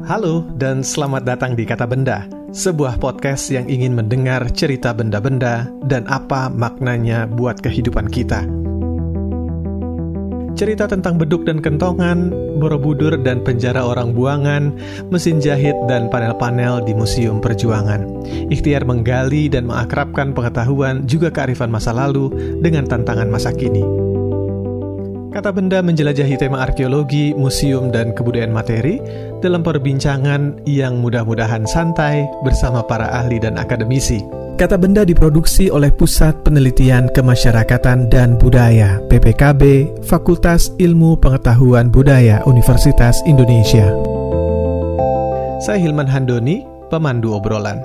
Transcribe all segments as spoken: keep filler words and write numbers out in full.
Halo dan selamat datang di Kata Benda, sebuah podcast yang ingin mendengar cerita benda-benda dan apa maknanya buat kehidupan kita. Cerita tentang beduk dan kentongan, Borobudur dan penjara orang buangan, mesin jahit dan panel-panel di Museum Perjuangan. Ikhtiar menggali dan mengakrabkan pengetahuan juga kearifan masa lalu dengan tantangan masa kini. Kata Benda menjelajahi tema arkeologi, museum, dan kebudayaan materi dalam perbincangan yang mudah-mudahan santai bersama para ahli dan akademisi. Kata Benda diproduksi oleh Pusat Penelitian Kemasyarakatan dan Budaya P P K B, Fakultas Ilmu Pengetahuan Budaya Universitas Indonesia. Saya Hilman Handoni, pemandu obrolan.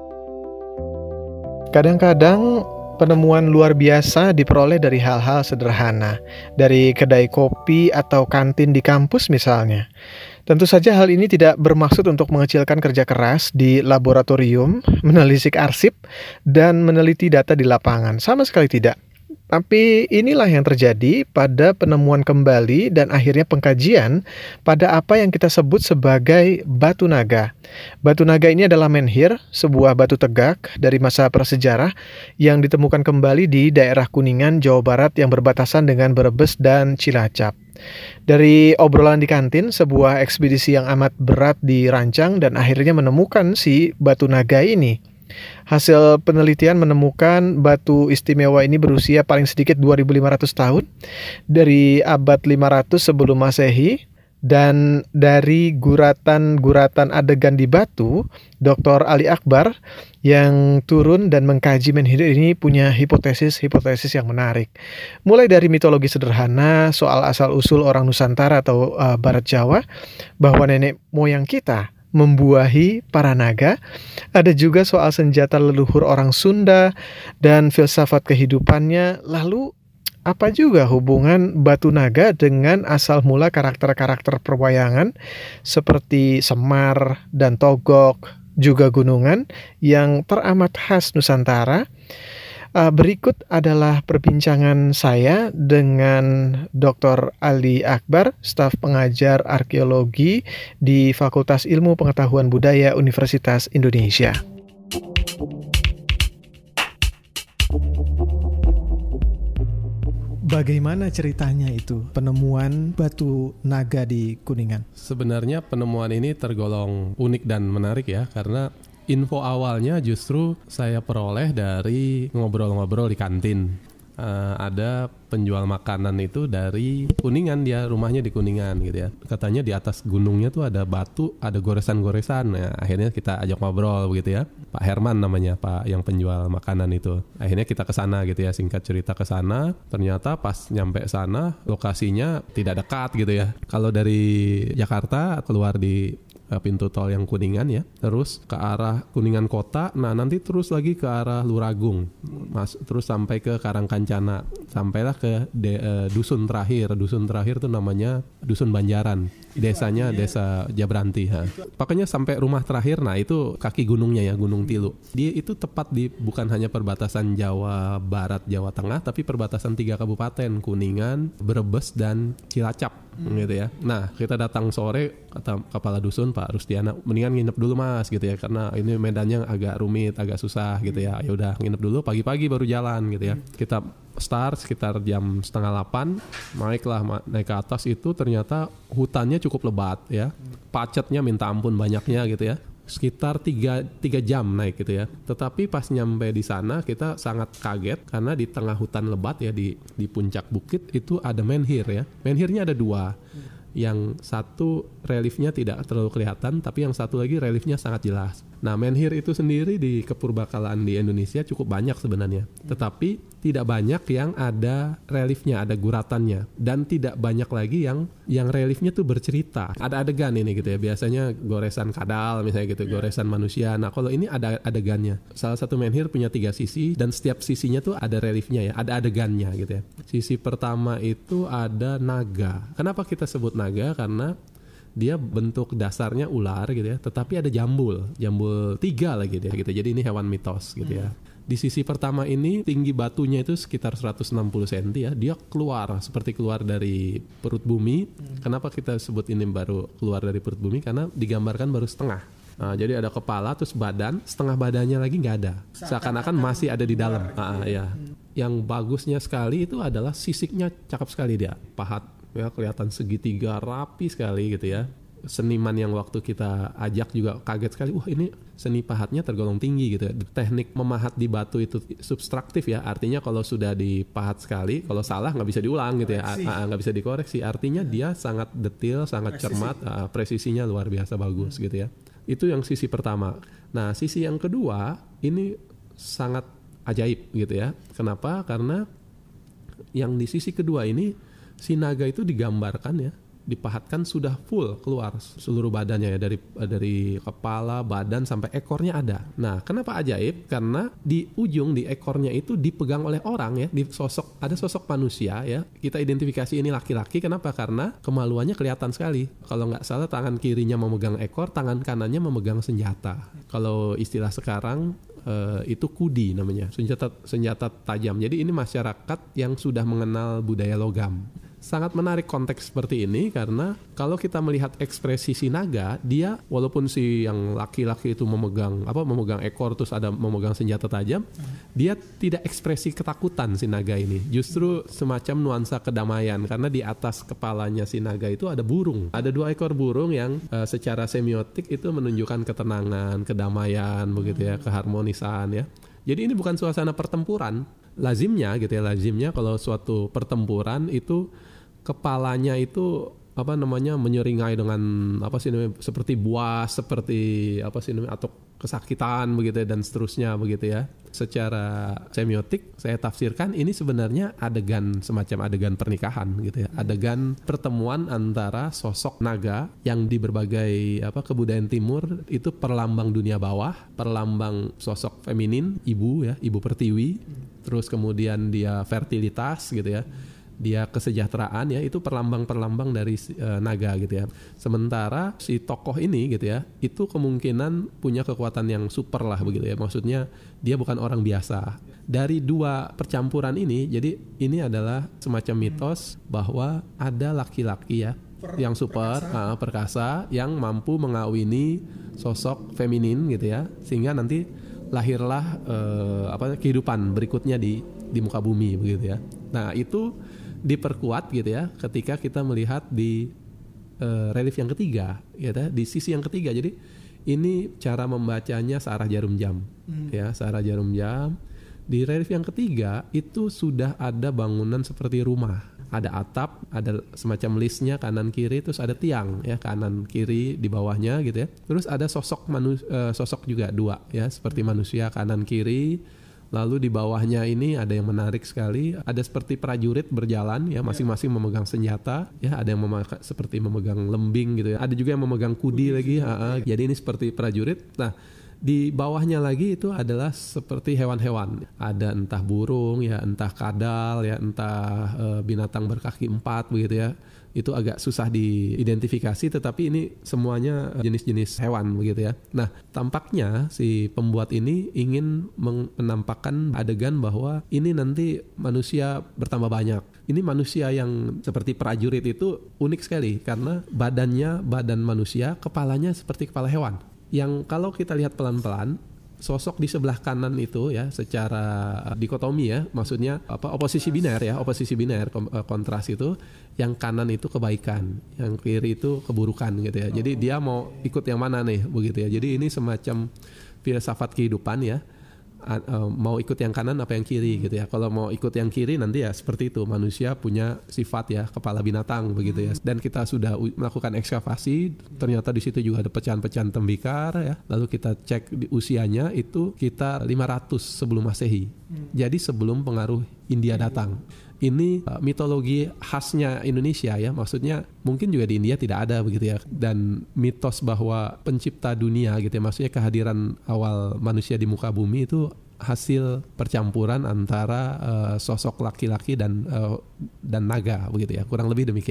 Kadang-kadang penemuan luar biasa diperoleh dari hal-hal sederhana, dari kedai kopi atau kantin di kampus misalnya. Tentu saja hal ini tidak bermaksud untuk mengecilkan kerja keras di laboratorium, menelisik arsip, dan meneliti data di lapangan. Sama sekali tidak. Tapi inilah yang terjadi pada penemuan kembali dan akhirnya pengkajian pada apa yang kita sebut sebagai batu naga. Batu naga ini adalah menhir, sebuah batu tegak dari masa prasejarah yang ditemukan kembali di daerah Kuningan, Jawa Barat yang berbatasan dengan Brebes dan Cilacap. Dari obrolan di kantin, sebuah ekspedisi yang amat berat dirancang dan akhirnya menemukan si batu naga ini. Hasil penelitian menemukan batu istimewa ini berusia paling sedikit dua ribu lima ratus tahun, dari abad lima ratus sebelum Masehi, dan dari guratan-guratan adegan di batu, Doktor Ali Akbar yang turun dan mengkaji menhir ini punya hipotesis-hipotesis yang menarik. Mulai dari mitologi sederhana soal asal-usul orang Nusantara atau uh, Barat Jawa, bahwa nenek moyang kita membuahi para naga. Ada juga soal senjata leluhur orang Sunda dan filsafat kehidupannya. Lalu apa juga hubungan batu naga dengan asal mula karakter-karakter perwayangan seperti Semar dan Togog, juga gunungan yang teramat khas Nusantara? Uh, berikut adalah perbincangan saya dengan Doktor Ali Akbar, staf pengajar arkeologi di Fakultas Ilmu Pengetahuan Budaya Universitas Indonesia. Bagaimana ceritanya itu, penemuan batu naga di Kuningan? Sebenarnya penemuan ini tergolong unik dan menarik ya, karena info awalnya justru saya peroleh dari ngobrol-ngobrol di kantin. Uh, ada penjual makanan itu dari Kuningan, dia rumahnya di Kuningan gitu ya. Katanya di atas gunungnya tuh ada batu, ada goresan-goresan. Nah, akhirnya kita ajak ngobrol begitu ya. Pak Herman namanya, Pak yang penjual makanan itu. Akhirnya kita ke sana gitu ya, singkat cerita ke sana. Ternyata pas nyampe sana lokasinya tidak dekat gitu ya. Kalau dari Jakarta keluar di pintu tol yang Kuningan ya, terus ke arah Kuningan kota, nah nanti terus lagi ke arah Luragung, mas, terus sampai ke Karangkancana, sampailah ke de, uh, dusun terakhir, dusun terakhir tuh namanya Dusun Banjaran, desanya Desa Jabranti. Ha. Pokoknya sampai rumah terakhir, nah itu kaki gunungnya ya, Gunung Tilu. Dia itu tepat di bukan hanya perbatasan Jawa Barat, Jawa Tengah, tapi perbatasan tiga kabupaten, Kuningan, Brebes, dan Cilacap. Hmm. Gitu ya. Nah, kita datang sore, kata kepala dusun Pak Rustiana, mendingan nginep dulu Mas gitu ya, karena ini medannya agak rumit, agak susah gitu ya. Ya udah nginep dulu, pagi-pagi baru jalan gitu ya. Kita start sekitar jam setengah delapan, naiklah naik ke atas itu ternyata hutannya cukup lebat ya. Pacetnya minta ampun banyaknya gitu ya. Sekitar tiga jam naik gitu ya. Tetapi pas nyampe di sana kita sangat kaget karena di tengah hutan lebat ya, di di puncak bukit itu ada menhir ya. Menhirnya ada dua. Yang satu reliefnya tidak terlalu kelihatan, tapi yang satu lagi reliefnya sangat jelas. Nah, menhir itu sendiri di kepurbakalaan di Indonesia cukup banyak sebenarnya. Tetapi tidak banyak yang ada reliefnya, ada guratannya, dan tidak banyak lagi yang yang reliefnya tuh bercerita. Ada adegan ini gitu ya. Biasanya goresan kadal misalnya gitu, goresan manusia. Nah, kalau ini ada adegannya. Salah satu menhir punya tiga sisi dan setiap sisinya tuh ada reliefnya ya, ada adegannya gitu ya. Sisi pertama itu ada naga. Kenapa kita sebut naga? Karena dia bentuk dasarnya ular gitu ya, tetapi ada jambul, jambul tiga lagi gitu ya, gitu. Jadi ini hewan mitos gitu ya. Di sisi pertama ini tinggi batunya itu sekitar seratus enam puluh sentimeter ya. Dia keluar seperti keluar dari perut bumi. Hmm. Kenapa kita sebut ini baru keluar dari perut bumi? Karena digambarkan baru setengah. Nah, jadi ada kepala terus badan, setengah badannya lagi nggak ada. Seakan-akan masih ada di dalam. Ah, ya. Hmm. Yang bagusnya sekali itu adalah sisiknya cakep sekali dia. Pahat ya, kelihatan segitiga rapi sekali gitu ya. Seniman yang waktu kita ajak juga kaget sekali, wah ini seni pahatnya tergolong tinggi gitu ya. Teknik memahat di batu itu subtraktif ya, artinya kalau sudah dipahat sekali, kalau salah nggak bisa diulang gitu ya, nggak bisa dikoreksi. Artinya dia sangat detail, sangat Presisi. cermat, uh, presisinya luar biasa bagus hmm. gitu ya. Itu yang sisi pertama. Nah sisi yang kedua ini sangat ajaib gitu ya. Kenapa? Karena yang di sisi kedua ini si naga itu digambarkan ya, dipahatkan sudah full keluar seluruh badannya ya, dari dari kepala, badan sampai ekornya ada. Nah, kenapa ajaib? Karena di ujung di ekornya itu dipegang oleh orang ya, di sosok ada sosok manusia ya. Kita identifikasi ini laki-laki. Kenapa? Karena kemaluannya kelihatan sekali. Kalau nggak salah tangan kirinya memegang ekor, tangan kanannya memegang senjata. Kalau istilah sekarang Uh, itu kudi namanya, senjata senjata tajam. Jadi ini masyarakat yang sudah mengenal budaya logam. Sangat menarik konteks seperti ini karena kalau kita melihat ekspresi si naga, dia walaupun si yang laki-laki itu memegang apa memegang ekor terus ada memegang senjata tajam, hmm. dia tidak ekspresi ketakutan si naga ini. Justru semacam nuansa kedamaian karena di atas kepalanya si naga itu ada burung. Ada dua ekor burung yang uh, secara semiotik itu menunjukkan ketenangan, kedamaian begitu ya, keharmonisan ya. Jadi ini bukan suasana pertempuran. Lazimnya gitu ya, lazimnya kalau suatu pertempuran itu kepalanya itu apa namanya menyeringai dengan apa sih namanya seperti buas, seperti apa sih namanya atau kesakitan begitu ya, dan seterusnya begitu ya. Secara semiotik saya tafsirkan ini sebenarnya adegan semacam adegan pernikahan gitu ya. Adegan pertemuan antara sosok naga yang di berbagai apa kebudayaan timur itu perlambang dunia bawah, perlambang sosok feminin, ibu ya, ibu pertiwi. Terus kemudian dia fertilitas gitu ya, dia kesejahteraan ya, itu perlambang-perlambang dari uh, naga gitu ya. Sementara si tokoh ini gitu ya, itu kemungkinan punya kekuatan yang super lah begitu ya. Maksudnya dia bukan orang biasa. Dari dua percampuran ini, jadi ini adalah semacam mitos bahwa ada laki-laki ya yang super perkasa. Uh, perkasa yang mampu mengawini sosok feminin gitu ya, sehingga nanti lahirlah uh, apa kehidupan berikutnya di di muka bumi begitu ya. Nah, itu diperkuat gitu ya ketika kita melihat di uh, relief yang ketiga gitu ya, di sisi yang ketiga. Jadi ini cara membacanya searah jarum jam hmm. ya, searah jarum jam. Di relief yang ketiga itu sudah ada bangunan seperti rumah. Ada atap, ada semacam listnya kanan kiri, terus ada tiang ya kanan kiri di bawahnya gitu ya. Terus ada sosok manu, uh, sosok juga dua ya seperti manusia kanan kiri. Lalu di bawahnya ini ada yang menarik sekali, ada seperti prajurit berjalan ya, masing-masing memegang senjata ya, ada yang memakai seperti memegang lembing gitu ya. Ada juga yang memegang kudi, kudi lagi. Ha-ha. Jadi ini seperti prajurit. Nah, di bawahnya lagi itu adalah seperti hewan-hewan. Ada entah burung ya, entah kadal ya, entah e, binatang berkaki empat begitu ya. Itu agak susah diidentifikasi, tetapi ini semuanya jenis-jenis hewan begitu ya. Nah, tampaknya si pembuat ini ingin menampakkan adegan bahwa ini nanti manusia bertambah banyak. Ini manusia yang seperti prajurit itu unik sekali karena badannya badan manusia, kepalanya seperti kepala hewan. Yang kalau kita lihat pelan-pelan, sosok di sebelah kanan itu ya secara dikotomi ya, maksudnya apa oposisi biner ya, oposisi biner kontras itu, yang kanan itu kebaikan, yang kiri itu keburukan gitu ya. Jadi dia mau ikut yang mana nih begitu ya. Jadi ini semacam filsafat kehidupan ya. Uh, mau ikut yang kanan apa yang kiri gitu ya. Kalau mau ikut yang kiri nanti ya seperti itu, manusia punya sifat ya kepala binatang begitu ya. Dan kita sudah u- melakukan ekskavasi, ternyata di situ juga ada pecahan-pecahan tembikar ya. Lalu kita cek di usianya itu kita lima ratus sebelum Masehi. Hmm. Jadi sebelum pengaruh India datang. Ini uh, mitologi khasnya Indonesia ya, maksudnya mungkin juga di India tidak ada begitu ya. Dan mitos bahwa pencipta dunia gitu ya, maksudnya kehadiran awal manusia di muka bumi itu hasil percampuran antara uh, sosok laki-laki dan uh, dan naga begitu ya, kurang lebih demikian.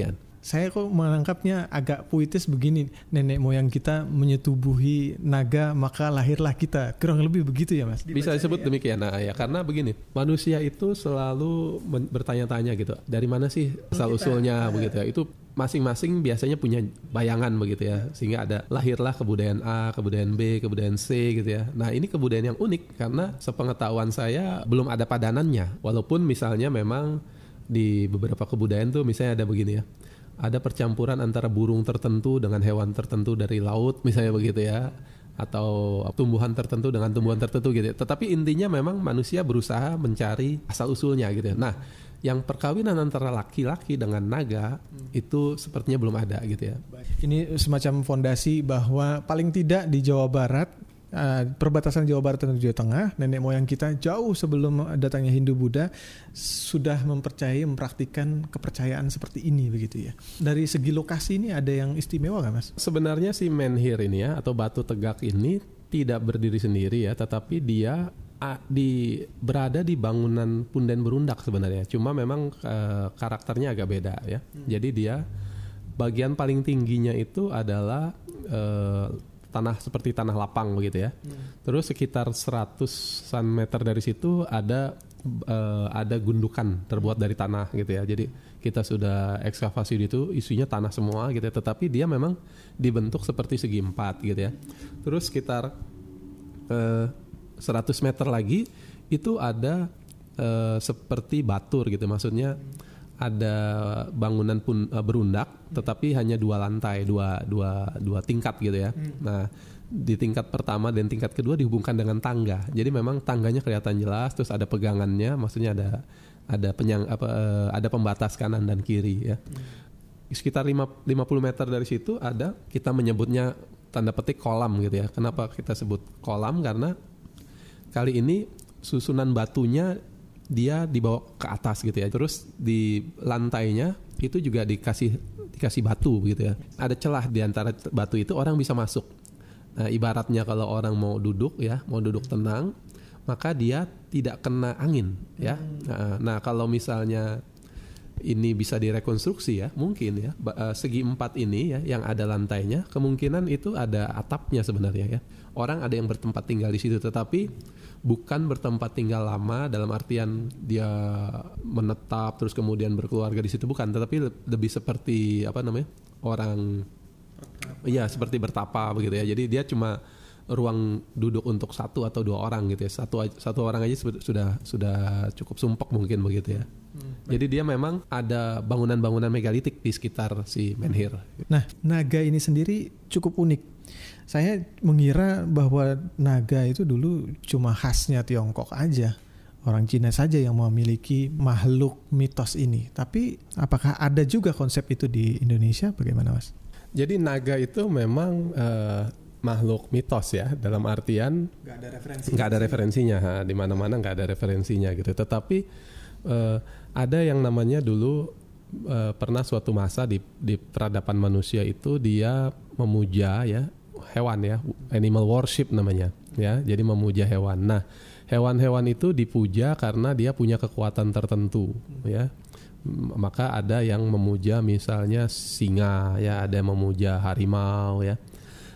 Saya kok menangkapnya agak puitis begini, nenek moyang kita menyetubuhi naga maka lahirlah kita, kurang lebih begitu ya Mas? Bisa disebut ya? Demikian, nah ya karena begini, manusia itu selalu men- bertanya-tanya gitu, dari mana sih asal usulnya ya. Begitu ya, itu masing-masing biasanya punya bayangan begitu ya, sehingga ada lahirlah kebudayaan A, kebudayaan B, kebudayaan C gitu ya. Nah ini kebudayaan yang unik karena sepengetahuan saya belum ada padanannya, walaupun misalnya memang di beberapa kebudayaan tuh misalnya ada begini ya, ada percampuran antara burung tertentu dengan hewan tertentu dari laut misalnya begitu ya, atau tumbuhan tertentu dengan tumbuhan tertentu gitu ya. Tetapi intinya memang manusia berusaha mencari asal usulnya gitu ya. Nah yang perkawinan antara laki-laki dengan naga hmm. itu sepertinya belum ada gitu ya. Ini semacam fondasi bahwa paling tidak di Jawa Barat, Uh, perbatasan Jawa Barat dan Jawa Tengah, nenek moyang kita jauh sebelum datangnya Hindu Buddha sudah mempercayai, mempraktikkan kepercayaan seperti ini begitu ya. Dari segi lokasi ini ada yang istimewa nggak Mas? Sebenarnya si menhir ini ya, atau batu tegak ini tidak berdiri sendiri ya, tetapi dia uh, di berada di bangunan punden berundak sebenarnya. Cuma memang uh, karakternya agak beda ya. Hmm. Jadi dia bagian paling tingginya itu adalah uh, tanah seperti tanah lapang begitu ya. Hmm. Terus sekitar seratusan meter dari situ ada uh, ada gundukan terbuat dari tanah gitu ya. Jadi kita sudah ekskavasi di itu, isinya tanah semua gitu ya. Tetapi dia memang dibentuk seperti segi empat gitu ya. Terus sekitar uh, seratus meter lagi itu ada uh, seperti batur gitu. Maksudnya ada bangunan pun uh, berundak, tetapi hanya dua lantai, dua dua dua tingkat gitu ya. Hmm. Nah, di tingkat pertama dan tingkat kedua dihubungkan dengan tangga. Jadi memang tangganya kelihatan jelas, terus ada pegangannya, maksudnya ada ada penyang apa uh, ada pembatas kanan dan kiri ya. Hmm. Sekitar lima puluh meter dari situ ada, kita menyebutnya tanda petik kolam gitu ya. Kenapa kita sebut kolam? Karena kali ini susunan batunya dia dibawa ke atas gitu ya. Terus di lantainya itu juga dikasih dikasih batu gitu ya. Ada celah di antara batu itu, orang bisa masuk. Nah, ibaratnya kalau orang mau duduk ya, mau duduk tenang, maka dia tidak kena angin ya. Nah, nah kalau misalnya ini bisa direkonstruksi ya, mungkin ya segi empat ini ya yang ada lantainya, kemungkinan itu ada atapnya sebenarnya ya. Orang ada yang bertempat tinggal di situ, tetapi bukan bertempat tinggal lama dalam artian dia menetap terus kemudian berkeluarga di situ, bukan, tetapi lebih seperti apa namanya, orang iya seperti bertapa begitu ya. Jadi dia cuma ruang duduk untuk satu atau dua orang gitu ya. Satu satu orang aja sudah sudah cukup sumpek mungkin begitu ya. Hmm, Jadi dia memang ada bangunan-bangunan megalitik di sekitar si menhir. Nah, naga ini sendiri cukup unik. Saya mengira bahwa naga itu dulu cuma khasnya Tiongkok aja. Orang Cina saja yang memiliki makhluk mitos ini. Tapi apakah ada juga konsep itu di Indonesia? Bagaimana Mas? Jadi naga itu memang uh, makhluk mitos ya, dalam artian nggak ada referensi, nggak ada referensinya, ha, di mana-mana nggak ada referensinya gitu. Tetapi uh, ada yang namanya dulu uh, pernah suatu masa di, di peradaban manusia itu dia memuja ya hewan ya, animal worship namanya ya. Jadi memuja hewan. Nah, hewan-hewan itu dipuja karena dia punya kekuatan tertentu ya. Maka ada yang memuja misalnya singa ya, ada yang memuja harimau ya.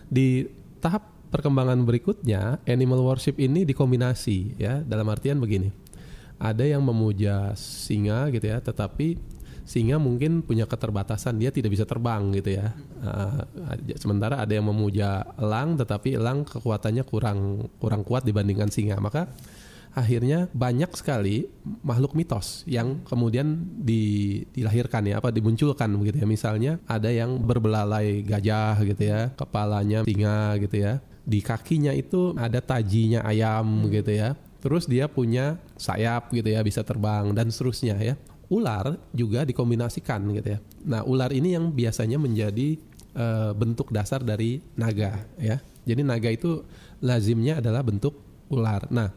Di tahap perkembangan berikutnya, animal worship ini dikombinasi ya, dalam artian begini. Ada yang memuja singa gitu ya, tetapi singa mungkin punya keterbatasan, dia tidak bisa terbang gitu ya. Uh, sementara ada yang memuja elang, tetapi elang kekuatannya kurang kurang kuat dibandingkan singa. Maka akhirnya banyak sekali makhluk mitos yang kemudian di, dilahirkan ya, apa dimunculkan begitu ya. Misalnya ada yang berbelalai gajah gitu ya, kepalanya singa gitu ya. Di kakinya itu ada tajinya ayam gitu ya. Terus dia punya sayap gitu ya, bisa terbang dan seterusnya ya. Ular juga dikombinasikan gitu ya. Nah, ular ini yang biasanya menjadi uh, bentuk dasar dari naga ya. Jadi naga itu lazimnya adalah bentuk ular. Nah,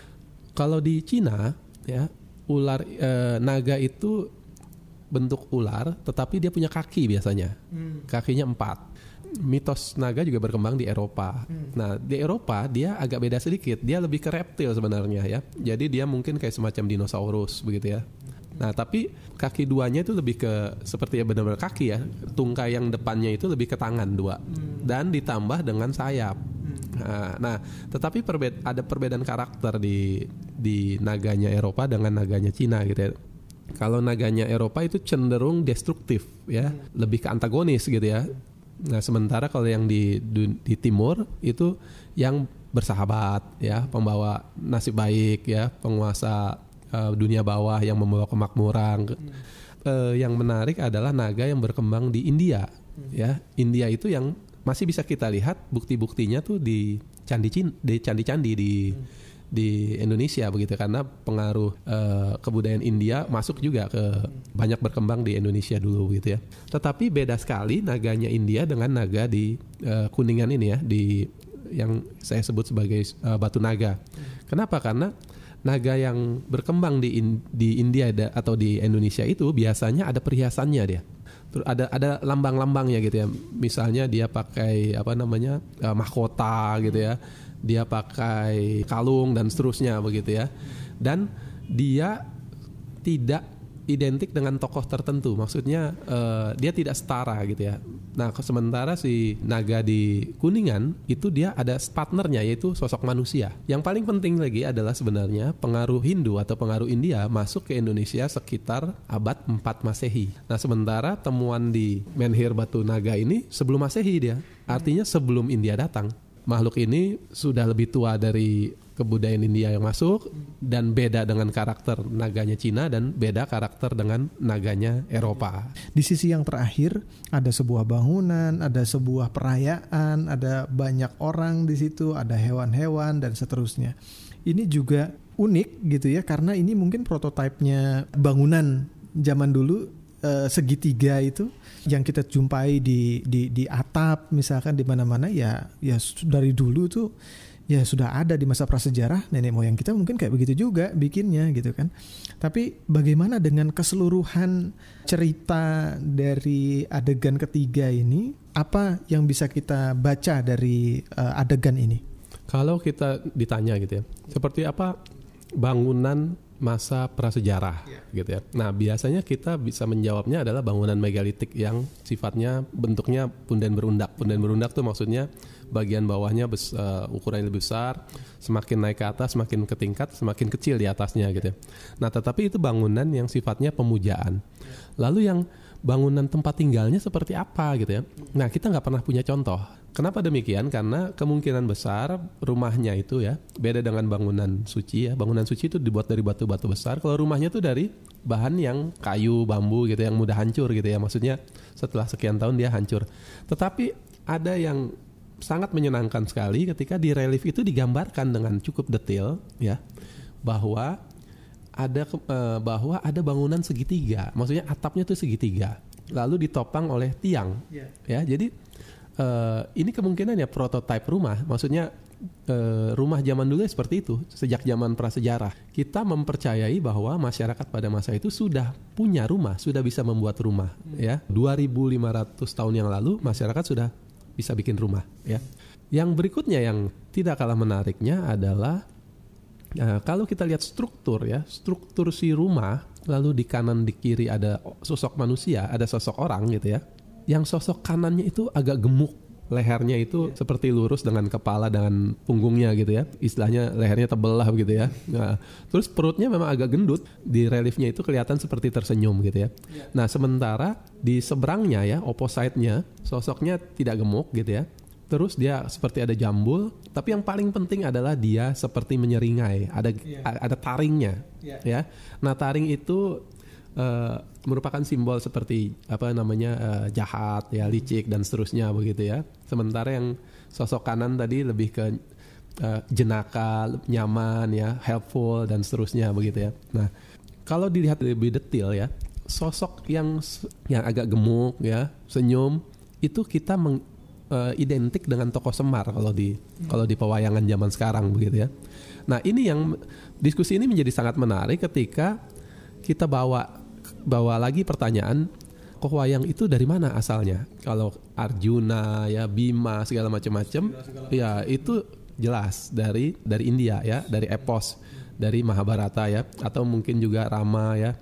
kalau di Cina ya, ular e, naga itu bentuk ular, tetapi dia punya kaki biasanya, hmm. kakinya empat. Mitos naga juga berkembang di Eropa. Hmm. Nah, di Eropa dia agak beda sedikit, dia lebih ke reptil sebenarnya ya. Jadi dia mungkin kayak semacam dinosaurus begitu ya. Nah, tapi kaki duanya itu lebih ke seperti ya benar-benar kaki ya. Tungkai yang depannya itu lebih ke tangan dua hmm. dan ditambah dengan sayap. Hmm. Nah, nah, tetapi perbeda, ada perbedaan karakter di di naganya Eropa dengan naganya Cina gitu ya. Kalau naganya Eropa itu cenderung destruktif ya, hmm. lebih ke antagonis gitu ya. Nah, sementara kalau yang di di timur itu yang bersahabat ya, pembawa nasib baik ya, penguasa dunia bawah yang membawa kemakmuran. Hmm. Uh, yang menarik adalah naga yang berkembang di India. Hmm. Ya, India itu yang masih bisa kita lihat bukti-buktinya tuh di candi di candi-candi di hmm. di Indonesia begitu, karena pengaruh uh, kebudayaan India masuk juga ke hmm. banyak berkembang di Indonesia dulu gitu ya. Tetapi beda sekali naganya India dengan naga di uh, Kuningan ini ya, di yang saya sebut sebagai uh, batu naga. Hmm. Kenapa? Karena naga yang berkembang di in, di India da, atau di Indonesia itu biasanya ada perhiasannya dia. Terus ada ada lambang-lambangnya gitu ya. Misalnya dia pakai apa namanya uh, mahkota gitu ya. Dia pakai kalung dan seterusnya begitu ya. Dan dia tidak identik dengan tokoh tertentu, maksudnya uh, dia tidak setara gitu ya. Nah, sementara si naga di Kuningan itu dia ada partnernya, yaitu sosok manusia. Yang paling penting lagi adalah sebenarnya pengaruh Hindu atau pengaruh India masuk ke Indonesia sekitar abad empat Masehi. Nah, sementara temuan di menhir batu naga ini sebelum Masehi dia, artinya sebelum India datang. Makhluk ini sudah lebih tua dari kebudayaan India yang masuk dan beda dengan karakter naganya Cina dan beda karakter dengan naganya Eropa. Di sisi yang terakhir ada sebuah bangunan, ada sebuah perayaan, ada banyak orang di situ, ada hewan-hewan dan seterusnya. Ini juga unik gitu ya, karena ini mungkin prototipenya bangunan zaman dulu. Uh, segitiga itu yang kita jumpai di di di atap misalkan di mana-mana ya ya dari dulu tuh ya sudah ada di masa prasejarah, nenek moyang kita mungkin kayak begitu juga bikinnya gitu kan. Tapi bagaimana dengan keseluruhan cerita dari adegan ketiga ini, apa yang bisa kita baca dari uh, adegan ini? Kalau kita ditanya gitu ya, seperti apa bangunan masa prasejarah yeah. gitu ya. Nah, biasanya kita bisa menjawabnya adalah bangunan megalitik yang sifatnya bentuknya punden berundak. Punden berundak tuh maksudnya bagian bawahnya bes, uh, ukurannya lebih besar, semakin naik ke atas, semakin ke tingkat, semakin kecil di atasnya gitu ya. Nah, tetapi itu bangunan yang sifatnya pemujaan. Lalu yang bangunan tempat tinggalnya seperti apa gitu ya. Nah, kita nggak pernah punya contoh. Kenapa demikian? Karena kemungkinan besar rumahnya itu ya beda dengan bangunan suci ya. Bangunan suci itu dibuat dari batu-batu besar. Kalau rumahnya itu dari bahan yang kayu, bambu gitu yang mudah hancur gitu ya. Maksudnya setelah sekian tahun dia hancur. Tetapi ada yang sangat menyenangkan sekali ketika di relief itu digambarkan dengan cukup detail ya, bahwa ada eh, bahwa ada bangunan segitiga. Maksudnya atapnya itu segitiga. Lalu ditopang oleh tiang. Yeah. Ya, jadi Uh, ini kemungkinan ya prototipe rumah, maksudnya uh, rumah zaman dulu seperti itu. Sejak zaman prasejarah kita mempercayai bahwa masyarakat pada masa itu sudah punya rumah, sudah bisa membuat rumah hmm. ya. dua ribu lima ratus tahun yang lalu masyarakat sudah bisa bikin rumah ya. Yang berikutnya yang tidak kalah menariknya adalah uh, kalau kita lihat struktur ya, struktur si rumah, lalu di kanan di kiri ada sosok manusia, ada sosok orang gitu ya. Yang sosok kanannya itu agak gemuk, lehernya itu yeah. seperti lurus dengan kepala dengan punggungnya gitu ya, istilahnya lehernya tebel lah gitu ya. Nah, terus perutnya memang agak gendut, di reliefnya itu kelihatan seperti tersenyum gitu ya. Yeah. Nah, sementara di seberangnya ya, opposite-nya sosoknya tidak gemuk gitu ya. Terus dia seperti ada jambul, tapi yang paling penting adalah dia seperti menyeringai, ada yeah. ada taringnya yeah. ya. Nah, taring itu Uh, merupakan simbol seperti apa namanya uh, jahat ya, licik dan seterusnya begitu ya. Sementara yang sosok kanan tadi lebih ke uh, jenaka, nyaman ya, helpful dan seterusnya begitu ya. Nah, kalau dilihat lebih detail ya, sosok yang yang agak gemuk ya, senyum itu kita meng, uh, identik dengan tokoh Semar kalau di hmm. kalau di pewayangan zaman sekarang begitu ya. Nah, ini yang diskusi ini menjadi sangat menarik ketika kita bawa bawa lagi pertanyaan, kok wayang itu dari mana asalnya? Kalau Arjuna ya, Bima segala macam-macam, ya itu jelas dari dari India ya, dari epos, dari Mahabharata ya, atau mungkin juga Rama ya,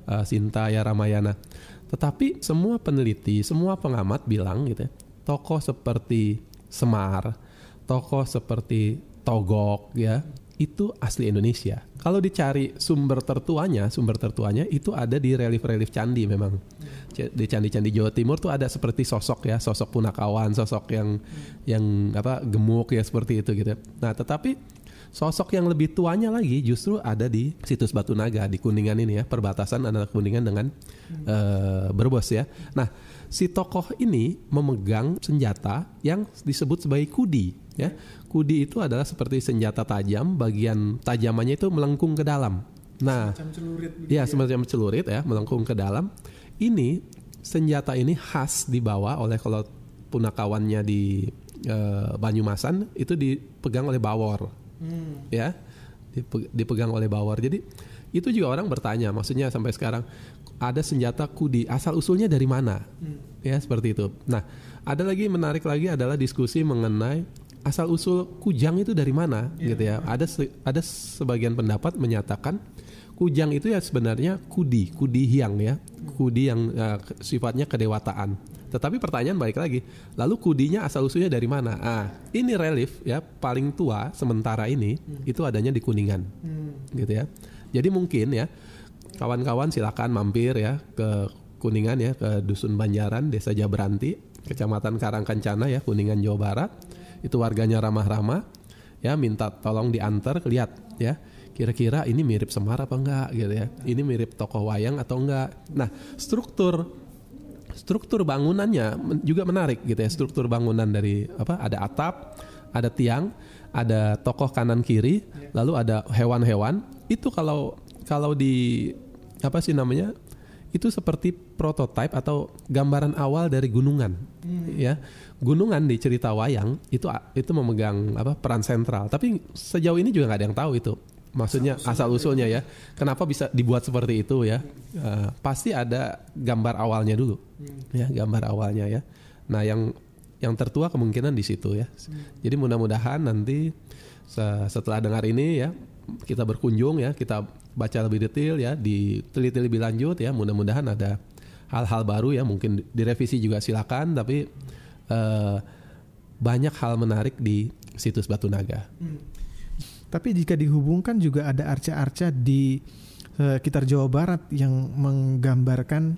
uh, Sintaya Ramayana. Tetapi semua peneliti, semua pengamat bilang gitu ya, tokoh seperti Semar, tokoh seperti Togog ya, itu asli Indonesia. Kalau dicari sumber tertuanya, sumber tertuanya itu ada di relief-relief candi memang. Di candi-candi Jawa Timur tuh ada seperti sosok ya, sosok punakawan, sosok yang yang apa gemuk ya seperti itu gitu. Nah, tetapi sosok yang lebih tuanya lagi justru ada di situs Batu Naga di Kuningan ini ya, perbatasan antara Kuningan dengan hmm. uh, Brebes ya. Nah, si tokoh ini memegang senjata yang disebut sebagai kudi ya. Kudi itu adalah seperti senjata tajam, bagian tajamannya itu melengkung ke dalam. Nah, semacam celurit ya, semacam celurit ya, melengkung ke dalam. Ini senjata ini khas dibawa oleh kalau punakawannya di uh, Banyumasan itu dipegang oleh Bawor. Hmm. Ya, dipegang oleh Bawor. Jadi itu juga orang bertanya, maksudnya sampai sekarang ada senjata kudi, asal usulnya dari mana? Hmm. Ya seperti itu. Nah, ada lagi menarik lagi adalah diskusi mengenai asal usul kujang itu dari mana, yeah. gitu ya. Ada ada sebagian pendapat menyatakan kujang itu ya sebenarnya kudi, kudi hiang ya, kudi yang uh, sifatnya kedewataan. Tetapi pertanyaan balik lagi, lalu kudinya asal usulnya dari mana? Ah, ini relief ya paling tua sementara ini hmm. itu adanya di Kuningan, hmm. gitu ya. Jadi mungkin ya kawan-kawan silakan mampir ya ke Kuningan ya, ke Dusun Banjaran, Desa Jabranti, Kecamatan Karangkencana ya, Kuningan Jawa Barat. Itu warganya ramah-ramah ya, minta tolong diantar, lihat ya. Kira-kira ini mirip Semar apa enggak gitu ya. Ini mirip tokoh wayang atau enggak. Nah, struktur struktur bangunannya juga menarik gitu ya. Struktur bangunan dari apa? Ada atap, ada tiang, ada tokoh kanan kiri, lalu ada hewan-hewan. Itu kalau kalau di apa sih namanya? Itu seperti prototipe atau gambaran awal dari gunungan. Hmm. Ya. Gunungan di cerita wayang itu itu memegang apa? Peran sentral. Tapi sejauh ini juga nggak ada yang tahu itu. Maksudnya asal usulnya ya, kenapa bisa dibuat seperti itu ya? Uh, pasti ada gambar awalnya dulu, ya gambar awalnya ya. Nah yang yang tertua kemungkinan di situ ya. Jadi mudah-mudahan nanti setelah dengar ini ya, kita berkunjung ya, kita baca lebih detail ya, diteliti lebih lanjut ya. Mudah-mudahan ada hal-hal baru ya, mungkin direvisi juga silakan. Tapi uh, banyak hal menarik di situs Batu Naga. Hmm. Tapi jika dihubungkan juga ada arca-arca di uh, sekitar Jawa Barat yang menggambarkan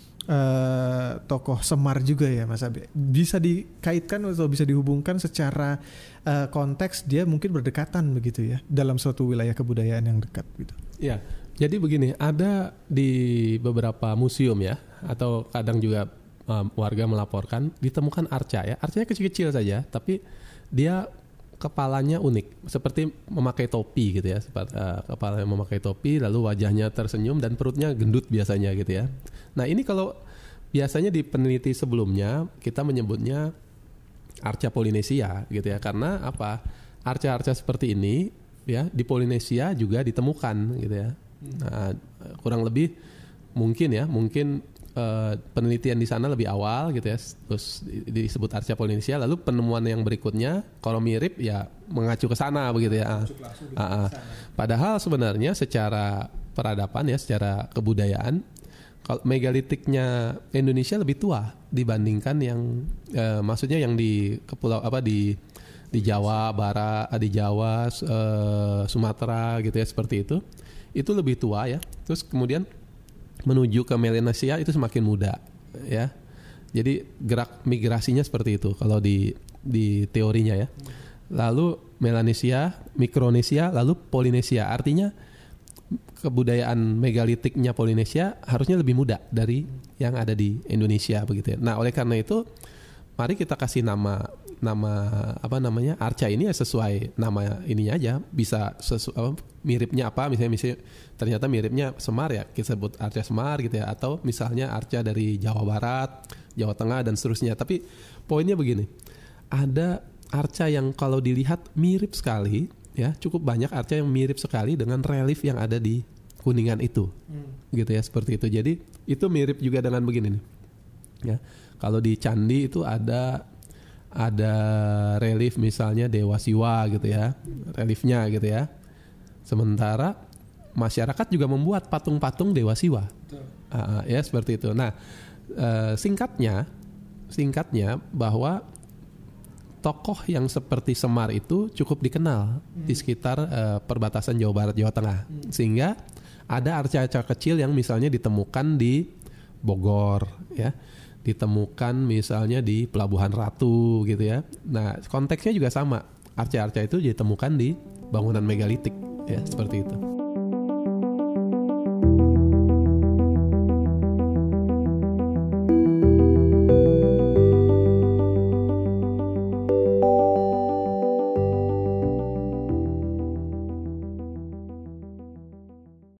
uh, tokoh Semar juga ya Mas Abe. Bisa dikaitkan atau bisa dihubungkan secara uh, konteks dia mungkin berdekatan begitu ya dalam suatu wilayah kebudayaan yang dekat gitu. Ya, jadi begini, ada di beberapa museum ya, atau kadang juga um, warga melaporkan ditemukan arca ya. Arcanya kecil-kecil saja, tapi dia kepalanya unik, seperti memakai topi gitu ya, seperti uh, kepalanya memakai topi, lalu wajahnya tersenyum dan perutnya gendut biasanya gitu ya. Nah ini kalau biasanya di peneliti sebelumnya kita menyebutnya arca Polinesia gitu ya, karena apa? Arca-arca seperti ini ya di Polinesia juga ditemukan gitu ya. Nah, kurang lebih mungkin ya, mungkin Uh, penelitian di sana lebih awal gitu ya, terus disebut arca Polinesia. Lalu penemuan yang berikutnya kalau mirip ya mengacu ke sana begitu ya. Uh, uh. Padahal sebenarnya secara peradaban ya, secara kebudayaan, kalau megalitiknya Indonesia lebih tua dibandingkan yang uh, maksudnya yang di kepulau apa di di Jawa Barat, di Jawa, uh, Sumatera gitu ya, seperti itu. Itu lebih tua ya. Terus kemudian menuju ke Melanesia itu semakin muda ya. Jadi gerak migrasinya seperti itu kalau di di teorinya ya. Lalu Melanesia, Mikronesia, lalu Polinesia. Artinya kebudayaan megalitiknya Polinesia harusnya lebih muda dari yang ada di Indonesia begitu ya. Nah, oleh karena itu mari kita kasih nama nama apa namanya arca ini ya sesuai nama ininya aja, bisa sesu, apa, miripnya apa misalnya misalnya ternyata miripnya Semar ya kita sebut arca Semar gitu ya, atau misalnya arca dari Jawa Barat, Jawa Tengah dan seterusnya. Tapi poinnya begini, ada arca yang kalau dilihat mirip sekali ya, cukup banyak arca yang mirip sekali dengan relief yang ada di Kuningan itu, hmm. gitu ya, seperti itu. Jadi itu mirip juga dengan begini nih ya, kalau di candi itu ada ada relief misalnya Dewa Siwa gitu ya, reliefnya gitu ya. Sementara masyarakat juga membuat patung-patung Dewa Siwa. Uh, ya seperti itu. Nah, uh, singkatnya, singkatnya bahwa tokoh yang seperti Semar itu cukup dikenal hmm. di sekitar uh, perbatasan Jawa Barat Jawa Tengah, hmm. sehingga ada arca-arca kecil yang misalnya ditemukan di Bogor, ya, ditemukan misalnya di Pelabuhan Ratu, gitu ya. Nah, konteksnya juga sama. Arca-arca itu ditemukan di bangunan megalitik, ya, seperti itu.